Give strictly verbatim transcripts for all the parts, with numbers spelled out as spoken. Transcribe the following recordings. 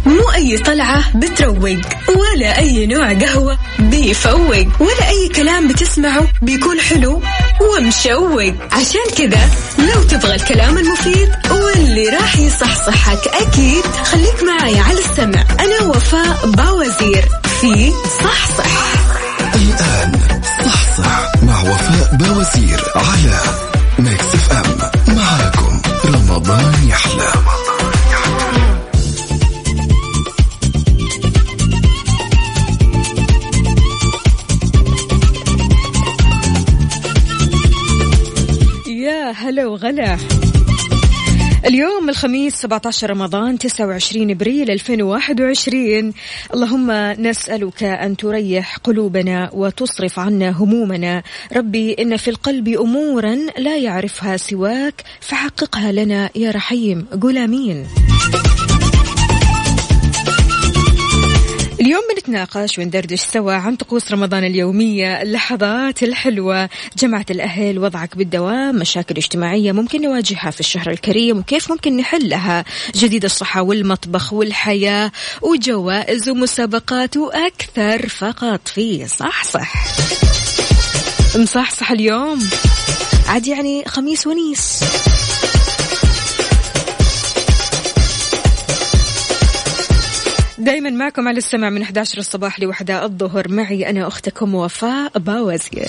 مو أي طلعة بتروق، ولا أي نوع قهوة بيفوق، ولا أي كلام بتسمعه بيكون حلو ومشوق. عشان كذا لو تبغى الكلام المفيد واللي راح يصحصحك أكيد خليك معي على السمع. أنا وفاء باوزير في صحصح. الآن صحصح مع وفاء باوزير على ميكس اف ام. معاكم رمضان يحلى. يا هلا وغلا. اليوم الخميس سبعة عشر رمضان تسعة وعشرين ابريل ألفين وواحد وعشرين. اللهم نسألك أن تريح قلوبنا وتصرف عنا همومنا. ربي إن في القلب أمورا لا يعرفها سواك فحققها لنا يا رحيم. قول آمين. اليوم بنتناقش وندردش سوا عن طقوس رمضان اليومية، اللحظات الحلوة، جمعة الأهل، وضعك بالدوام، مشاكل اجتماعية ممكن نواجهها في الشهر الكريم وكيف ممكن نحلها، جديد الصحة والمطبخ والحياة، وجوائز ومسابقات وأكثر، فقط في صحصح. مصحصح اليوم عاد يعني خميس ونيس. دايما معكم على السمع من أحد عشر الصباح لوحدة الظهر، معي أنا أختكم وفاء باوزير.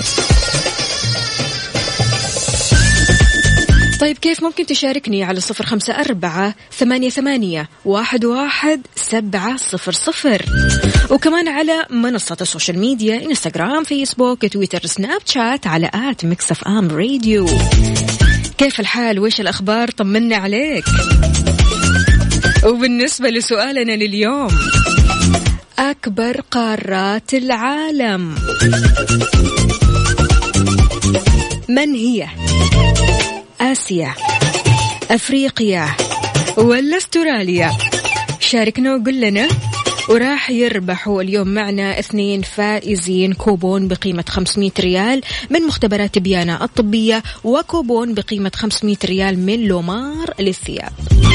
طيب كيف ممكن تشاركني على صفر خمسة أربعة ثمانية ثمانية واحد واحد سبعة صفر صفر، وكمان على منصة السوشيال ميديا إنستغرام فيسبوك تويتر سناب شات على آت ميكس اف ام راديو. كيف الحال وإيش الأخبار؟ طمنا عليك. وبالنسبة لسؤالنا لليوم، أكبر قارات العالم من هي؟ آسيا، أفريقيا، ولا استراليا؟ شاركنا وقل لنا. وراح يربحوا اليوم معنا اثنين فائزين كوبون بقيمة خمسمية ريال من مختبرات بيانا الطبية، وكوبون بقيمة خمسمية ريال من لومار للثياب.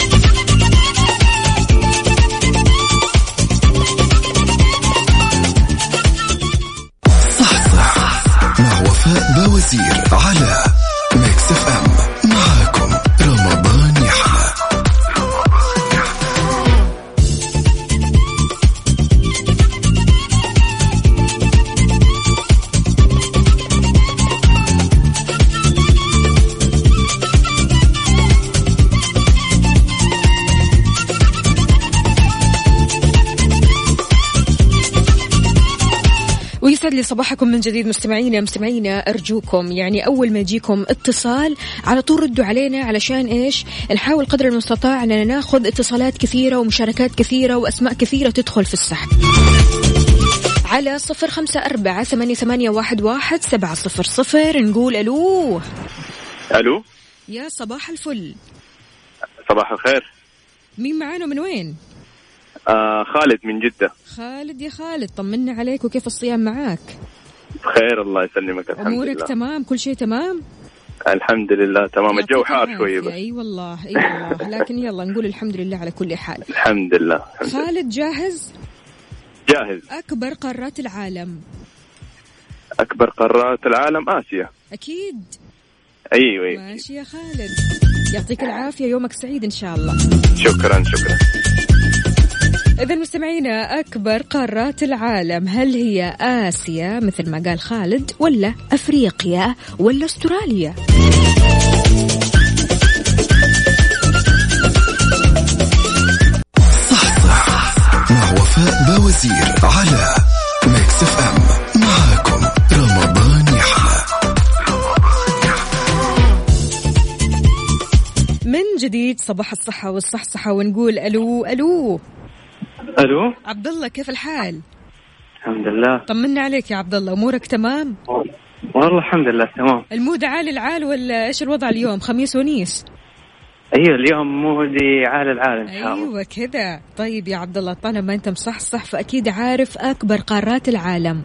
مع وفاء باوزير على ميكس اف ام. معاكم رمضان يحلى. ويسعد لي صباحكم من جديد مستمعينا مستمعينا. أرجوكم يعني أول ما يجيكم اتصال على طول ردوا علينا، علشان إيش؟ نحاول قدر المستطاع أننا ناخذ اتصالات كثيرة ومشاركات كثيرة وأسماء كثيرة تدخل في السحب على صفر خمسة أربعة ثمانية ثمانية واحد واحد سبعة صفر صفر. نقول ألو. ألو يا صباح الفل. صباح الخير. مين معانا من وين؟ آه خالد من جدة. خالد يا خالد، طمنا عليك وكيف الصيام معاك؟ بخير الله يسلمك. الحمد لله. أمورك تمام؟ كل شيء تمام؟ الحمد لله تمام. الجو حار شوية بس. اي والله اي والله لكن يلا نقول الحمد لله على كل حال. الحمد لله. الحمد خالد لله. جاهز؟ جاهز. أكبر قارات العالم. أكبر قارات العالم آسيا. أكيد. أيوة, أيوة. ماشي يا خالد، يعطيك العافية، يومك سعيد إن شاء الله. شكرا شكرا. إذا مستمعينا، أكبر قارات العالم هل هي آسيا مثل ما قال خالد، ولا أفريقيا، ولا أستراليا؟ صح صح مع وفاء باوزير على ميكس اف ام. معاكم رمضان يحلى. من جديد صباح الصحة والصحصحة، ونقول ألو ألو. ألو عبد الله، كيف الحال؟ الحمد لله. طمنا عليك يا عبد الله، أمورك تمام؟ والله الحمد لله تمام. المود عالي العال ولا إيش الوضع اليوم؟ خميس ونيس. أيوة اليوم مودي عالي العال إن شاء الله. أيوة كذا. طيب يا عبد الله، طالما أنت مصحصح فأكيد عارف أكبر قارات العالم.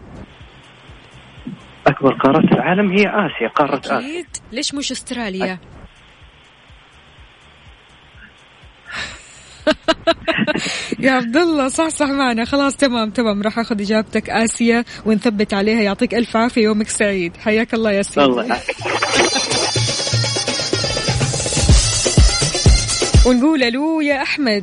أكبر قارات العالم هي آسيا، قارة أكيد. آسيا. ليش مش أستراليا؟ يا عبد الله صح صح معنا. خلاص تمام تمام راح أخذ إجابتك آسيا ونثبت عليها. يعطيك ألف عافية يومك سعيد. حياك الله يا سيدي. الله ونقول ألو يا أحمد.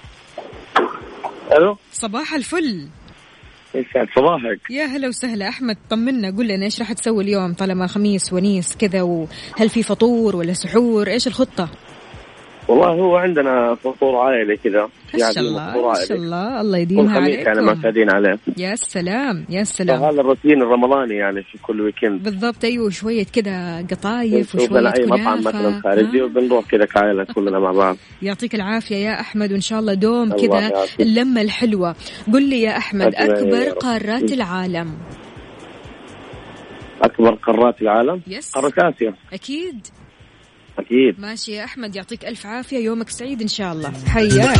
ألو صباح الفل. يسعد صباحك. يا هلا وسهلا أحمد. طمنا قل لنا إيش راح تسوي اليوم طالما خميس ونيس كذا، وهل في فطور ولا سحور؟ إيش الخطة؟ والله هو عندنا فطور عائلي كذا. ما شاء الله ما شاء الله الله يديمها عليكم. يعني معتادين عليه. يا سلام يا سلام. هذا الروتين الرمضاني يعني في كل ويكند. بالضبط أيوه شوية كذا قطايف وشوية كنافة. أي مطعم مثلا خارجي آه. وبنروح كذا كعائلة كلنا مع بعض. يعطيك العافية يا أحمد وإن شاء الله دوم كذا اللمة الحلوة. قل لي يا أحمد أكبر قارات العالم. أكبر قارات العالم يس. قارة آسيا. أكيد أكيد. ماشي يا أحمد يعطيك ألف عافية يومك سعيد إن شاء الله. حياك.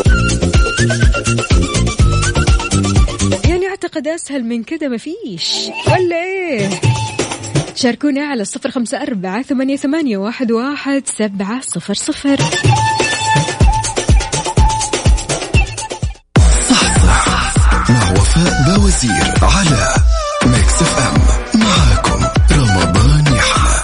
يعني أعتقد أسهل من كده مفيش ولا إيه؟ شاركونا على صفر خمسة أربعة ثمانية ثمانية واحد واحد سبعة صفر صفر. صح صح مع وفاء باوزير على ميكس اف ام. معاكم رمضان يحلى.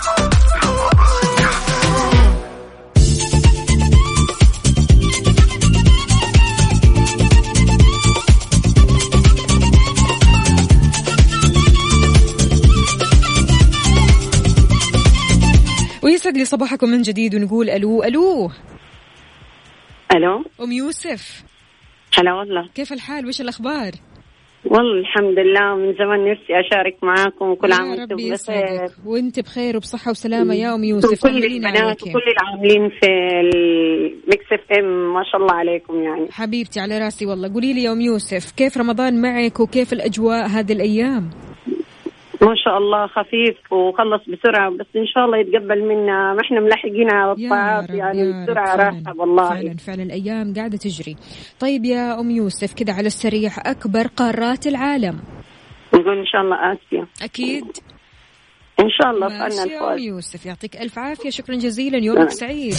ويسعد لي صباحكم من جديد ونقول ألو ألو ألو أم يوسف. هلا والله كيف الحال وش الأخبار؟ والله الحمد لله من زمان نفسي أشارك معاكم وكل عام وانتم بخير. وانت بخير وبصحة وسلامة يا أم يوسف. كل البنات وكل العاملين في الميكس اف ام ما شاء الله عليكم يعني. حبيبتي على راسي والله. قولي لي يا أم يوسف كيف رمضان معك وكيف الأجواء هذه الأيام؟ ما شاء الله خفيف وخلص بسرعة بس إن شاء الله يتقبل منا. ما إحنا ملاحقين على الطاعات يعني بسرعة راحة والله. فعلا فعلا الأيام قاعدة تجري. طيب يا أم يوسف كده على السريع أكبر قارات العالم؟ نقول إن شاء الله آسيا. أكيد إن شاء الله. فأنا الفوز. يا أم يوسف يعطيك ألف عافية شكرا جزيلا يومك سعيد.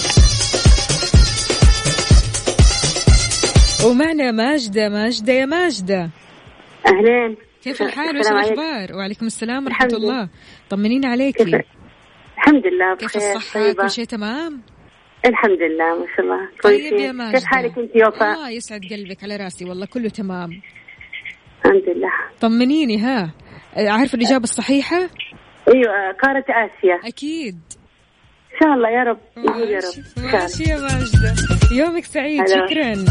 ومعنا ماجدة. ماجدة يا ماجدة. أهلين كيف الحال وش الأخبار؟ وعليكم السلام ورحمة الله. طمنين عليكي. الحمد لله بخير. كيف الصحة؟ طيبة. كل شيء تمام الحمد لله ما شاء الله. طيب يا ماجدة كيف حالك انت يا وفاء؟ الله يسعد قلبك على راسي والله كله تمام الحمد لله. طمنيني ها عارفة الإجابة الصحيحة؟ ايوه قارة آسيا. أكيد إن شاء الله يا رب. يقول يا رب. ماشي يا ماجدة يومك سعيد. هلو. شكرا.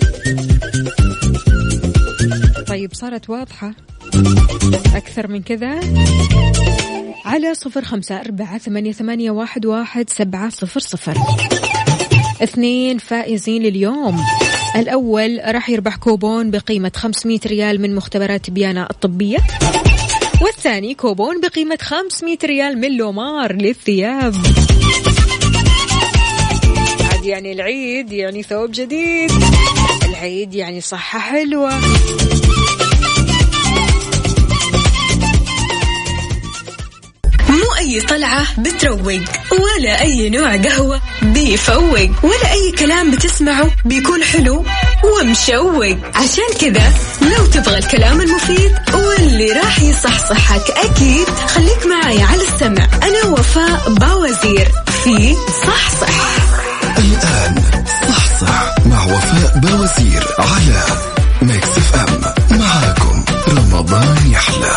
طيب صارت واضحة أكثر من كذا على صفر خمسة أربعة ثمانية ثمانية واحد واحد سبعة صفر صفر. اثنين فائزين لليوم. الأول راح يربح كوبون بقيمة خمسمية ريال من مختبرات بيانا الطبية، والثاني كوبون بقيمة خمسمية ريال من لومار للثياب. عاد يعني العيد يعني ثوب جديد، العيد يعني صحة حلوة. مو أي طلعة بتروق ولا أي نوع قهوة بيفوق ولا أي كلام بتسمعه بيكون حلو ومشوق. عشان كذا لو تبغى الكلام المفيد واللي راح يصحصحك أكيد خليك معي على السمع. أنا وفاء باوزير في صحصح. الآن صحصح مع وفاء باوزير على ميكس اف ام. معاكم رمضان يحلى.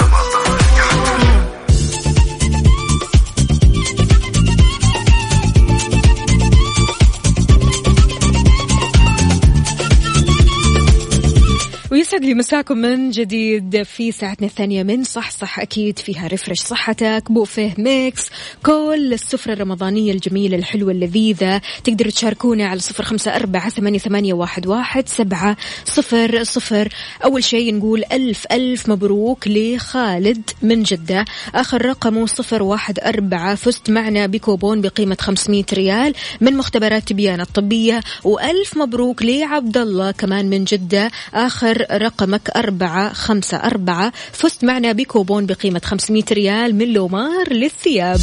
ويسعد لي مساكم من جديد في ساعتنا الثانية من صح صح. أكيد فيها رفرش صحتك، بوفيه ميكس، كل السفرة الرمضانية الجميلة الحلوة اللذيذة. تقدروا تشاركونا على صفر خمسة أربعة ثمانية ثمانية واحد واحد سبعة صفر صفر. أول شيء نقول ألف ألف مبروك لخالد من جدة، آخر رقمه صفر واحد أربعة. فزت معنا بكوبون بقيمة خمسمية ريال من مختبرات بيانا الطبية. وألف مبروك لعبد الله كمان من جدة، آخر رقمك أربعة خمسة أربعة. فزت معنا بكوبون بقيمة خمسمية ريال من لومار للثياب.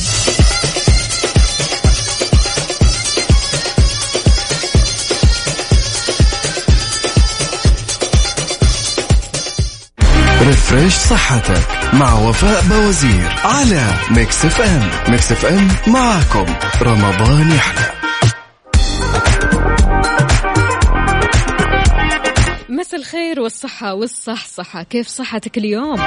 ريفريش صحتك مع وفاء بوزير على ميكس اف ام. ميكس اف ام معاكم رمضان يحلى. مساء الخير والصحة والصحصحة، كيف صحتك اليوم؟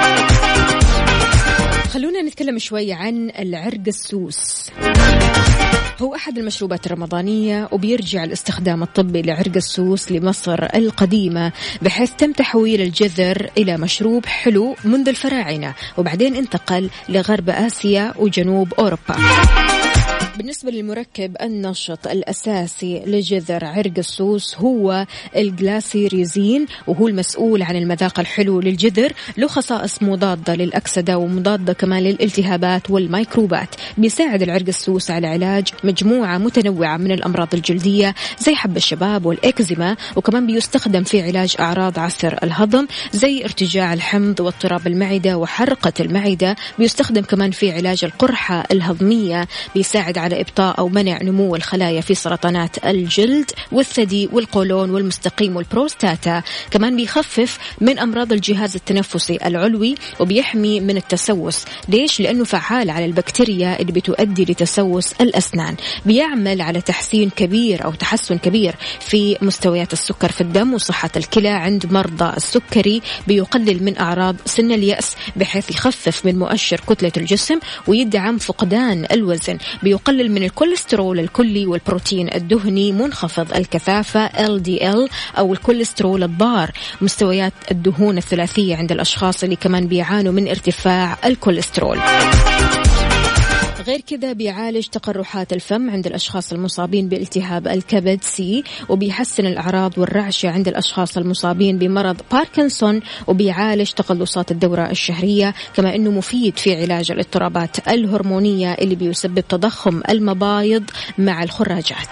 خلونا نتكلم شوي عن العرق السوس. هو أحد المشروبات الرمضانية وبيرجع الاستخدام الطبي لعرق السوس لمصر القديمة، بحيث تم تحويل الجذر إلى مشروب حلو منذ الفراعنة، وبعدين انتقل لغرب آسيا وجنوب أوروبا. بالنسبة للمركب النشط الأساسي لجذر عرق السوس هو الجلاسيريزين، وهو المسؤول عن المذاق الحلو للجذر. له خصائص مضادة للأكسدة ومضادة كمان للالتهابات والميكروبات. بيساعد العرق السوس على علاج مجموعة متنوعة من الأمراض الجلدية زي حب الشباب والإكزيما، وكمان بيستخدم في علاج أعراض عسر الهضم زي ارتجاع الحمض واضطراب المعدة وحرقة المعدة. بيستخدم كمان في علاج القرحة الهضمية، بيساعد على إبطاء أو منع نمو الخلايا في سرطانات الجلد والثدي والقولون والمستقيم والبروستاتا. كمان بيخفف من أمراض الجهاز التنفسي العلوي وبيحمي من التسوس. ليش؟ لأنه فعال على البكتيريا اللي بتؤدي لتسوس الأسنان. بيعمل على تحسين كبير أو تحسن كبير في مستويات السكر في الدم وصحة الكلى عند مرضى السكري. بيقلل من أعراض سن اليأس بحيث يخفف من مؤشر كتلة الجسم ويدعم فقدان الوزن. بيقلل من الكوليسترول الكلي والبروتين الدهني منخفض الكثافة إل دي إل أو الكوليسترول الضار. مستويات الدهون الثلاثية عند الأشخاص اللي كمان بيعانوا من ارتفاع الكوليسترول. غير كذا بيعالج تقرحات الفم عند الأشخاص المصابين بالتهاب الكبد سي، وبيحسن الأعراض والرعشة عند الأشخاص المصابين بمرض باركنسون، وبيعالج تقلصات الدورة الشهرية. كما أنه مفيد في علاج الاضطرابات الهرمونية اللي بيسبب تضخم المبايض مع الخراجات.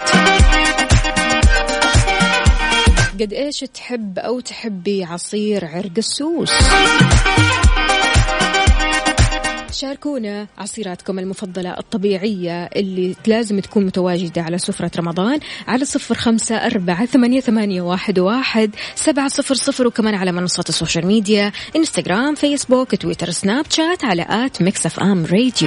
قد إيش تحب أو تحبي عصير عرق السوس؟ شاركونا عصيراتكم المفضلة الطبيعية اللي لازم تكون متواجدة على سفرة رمضان على صفر خمسة أربعة ثمانية ثمانية واحد واحد سبعة صفر صفر، وكمان على منصات السوشيال ميديا إنستغرام فيسبوك تويتر سناب شات على آت ميكس أف أم راديو.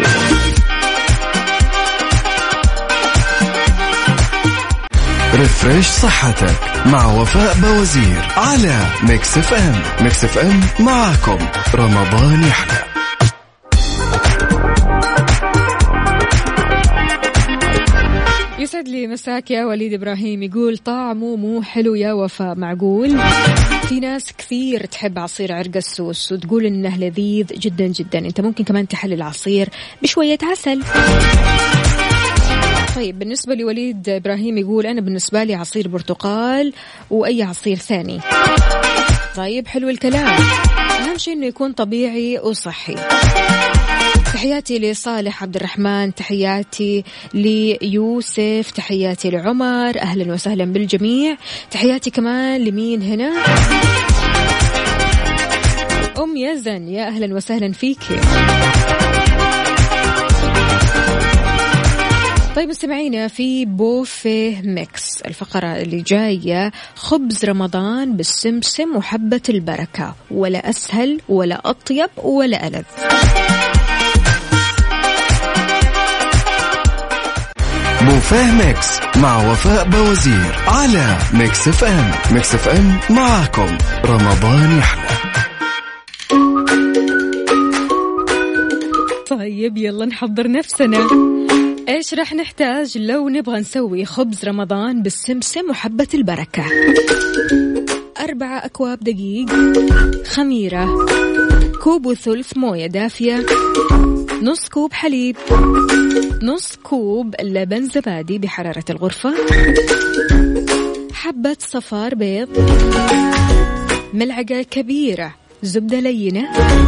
ريفريش صحتك مع وفاء بوزير على ميكس أف أم. ميكس أف أم معاكم رمضان يحلى. يسعد لي مساك يا وليد إبراهيم، يقول طعمه مو حلو يا وفاء. معقول؟ في ناس كثير تحب عصير عرق السوس وتقول إنه لذيذ جدا جدا. أنت ممكن كمان تحل العصير بشوية عسل. طيب بالنسبة لوليد إبراهيم يقول أنا بالنسبة لي عصير برتقال وأي عصير ثاني. طيب حلو الكلام، أهم شيء إنه يكون طبيعي وصحي. تحياتي لصالح عبد الرحمن، تحياتي ليوسف، تحياتي لعمر، أهلا وسهلا بالجميع. تحياتي كمان لمين هنا؟ أم يزن، يا أهلا وسهلا فيكي. طيب استمعينا في بوفيه ميكس. الفقرة اللي جاية خبز رمضان بالسمسم وحبة البركة، ولا أسهل ولا أطيب ولا ألذ. بوفيه ميكس مع وفاء بوزير على ميكس اف ام. ميكس اف ام معاكم رمضان يحلى. طيب يلا نحضر نفسنا. ايش راح نحتاج لو نبغى نسوي خبز رمضان بالسمسم وحبة البركة؟ أربعة أكواب دقيق، خميرة، كوب وثلث موية دافية، نص كوب حليب، نص كوب لبن زبادي بحرارة الغرفة، حبة صفار بيض، ملعقة كبيرة زبدة لينة،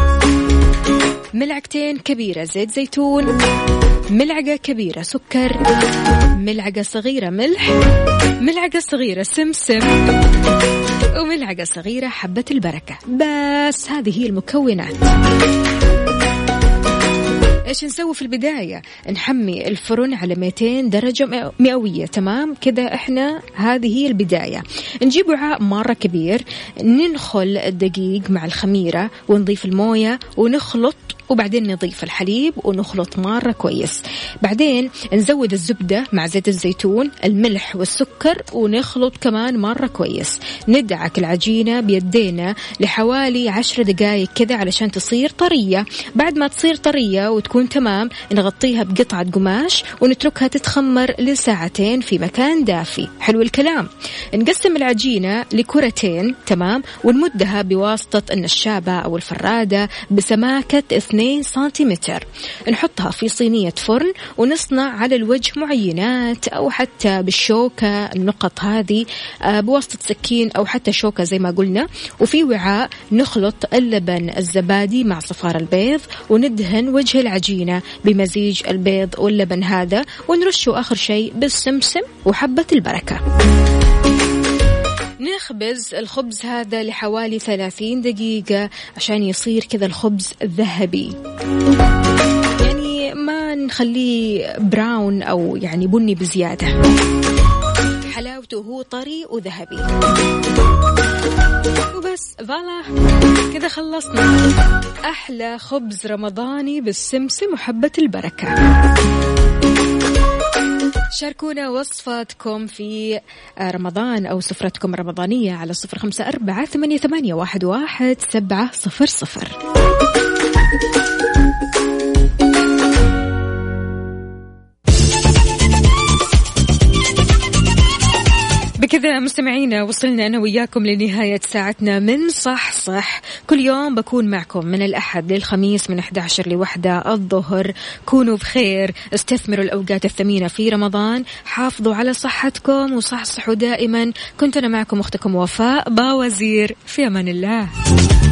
ملعقتين كبيرة زيت زيتون، ملعقة كبيرة سكر، ملعقة صغيرة ملح، ملعقة صغيرة سمسم، وملعقة صغيرة حبة البركة. بس هذه هي المكونات. إيش نسوي في البداية؟ نحمي الفرن على مئتين درجة مئوية. تمام كده، إحنا هذه هي البداية. نجيب وعاء مرة كبير، ننخل الدقيق مع الخميرة ونضيف الموية ونخلط، وبعدين نضيف الحليب ونخلط مرة كويس. بعدين نزود الزبدة مع زيت الزيتون، الملح والسكر، ونخلط كمان مرة كويس. ندعك العجينة بيدينا لحوالي عشر دقائق كذا علشان تصير طرية. بعد ما تصير طرية وتكون تمام، نغطيها بقطعة قماش ونتركها تتخمر لساعتين في مكان دافي. حلو الكلام. نقسم العجينة لكرتين، تمام، ونمدها بواسطة النشابة أو الفرادة بسماكة اثنين سنتيمتر. نحطها في صينية فرن ونصنع على الوجه معينات أو حتى بالشوكة النقط هذه بواسطة سكين أو حتى شوكة زي ما قلنا. وفي وعاء نخلط اللبن الزبادي مع صفار البيض، وندهن وجه العجينة بمزيج البيض واللبن هذا، ونرشه آخر شيء بالسمسم وحبة البركة. نخبز الخبز هذا لحوالي ثلاثين دقيقة عشان يصير كذا الخبز ذهبي، يعني ما نخليه براون أو يعني بني بزيادة، حلاوته هو طري وذهبي. وبس فوالا كذا خلصنا أحلى خبز رمضاني بالسمسم وحبة البركة. شاركونا وصفاتكم في رمضان أو سفرتكم الرمضانية على صفر خمسة أربعة ثمانية ثمانية واحد واحد سبعة صفر صفر. بكذا مستمعينا وصلنا أنا وياكم لنهاية ساعتنا من صح صح. كل يوم بكون معكم من الأحد للخميس من إحدى عشر لوحدة الظهر. كونوا بخير، استثمروا الأوقات الثمينة في رمضان، حافظوا على صحتكم وصحصحوا دائما. كنت أنا معكم أختكم وفاء باوزير، في أمان الله.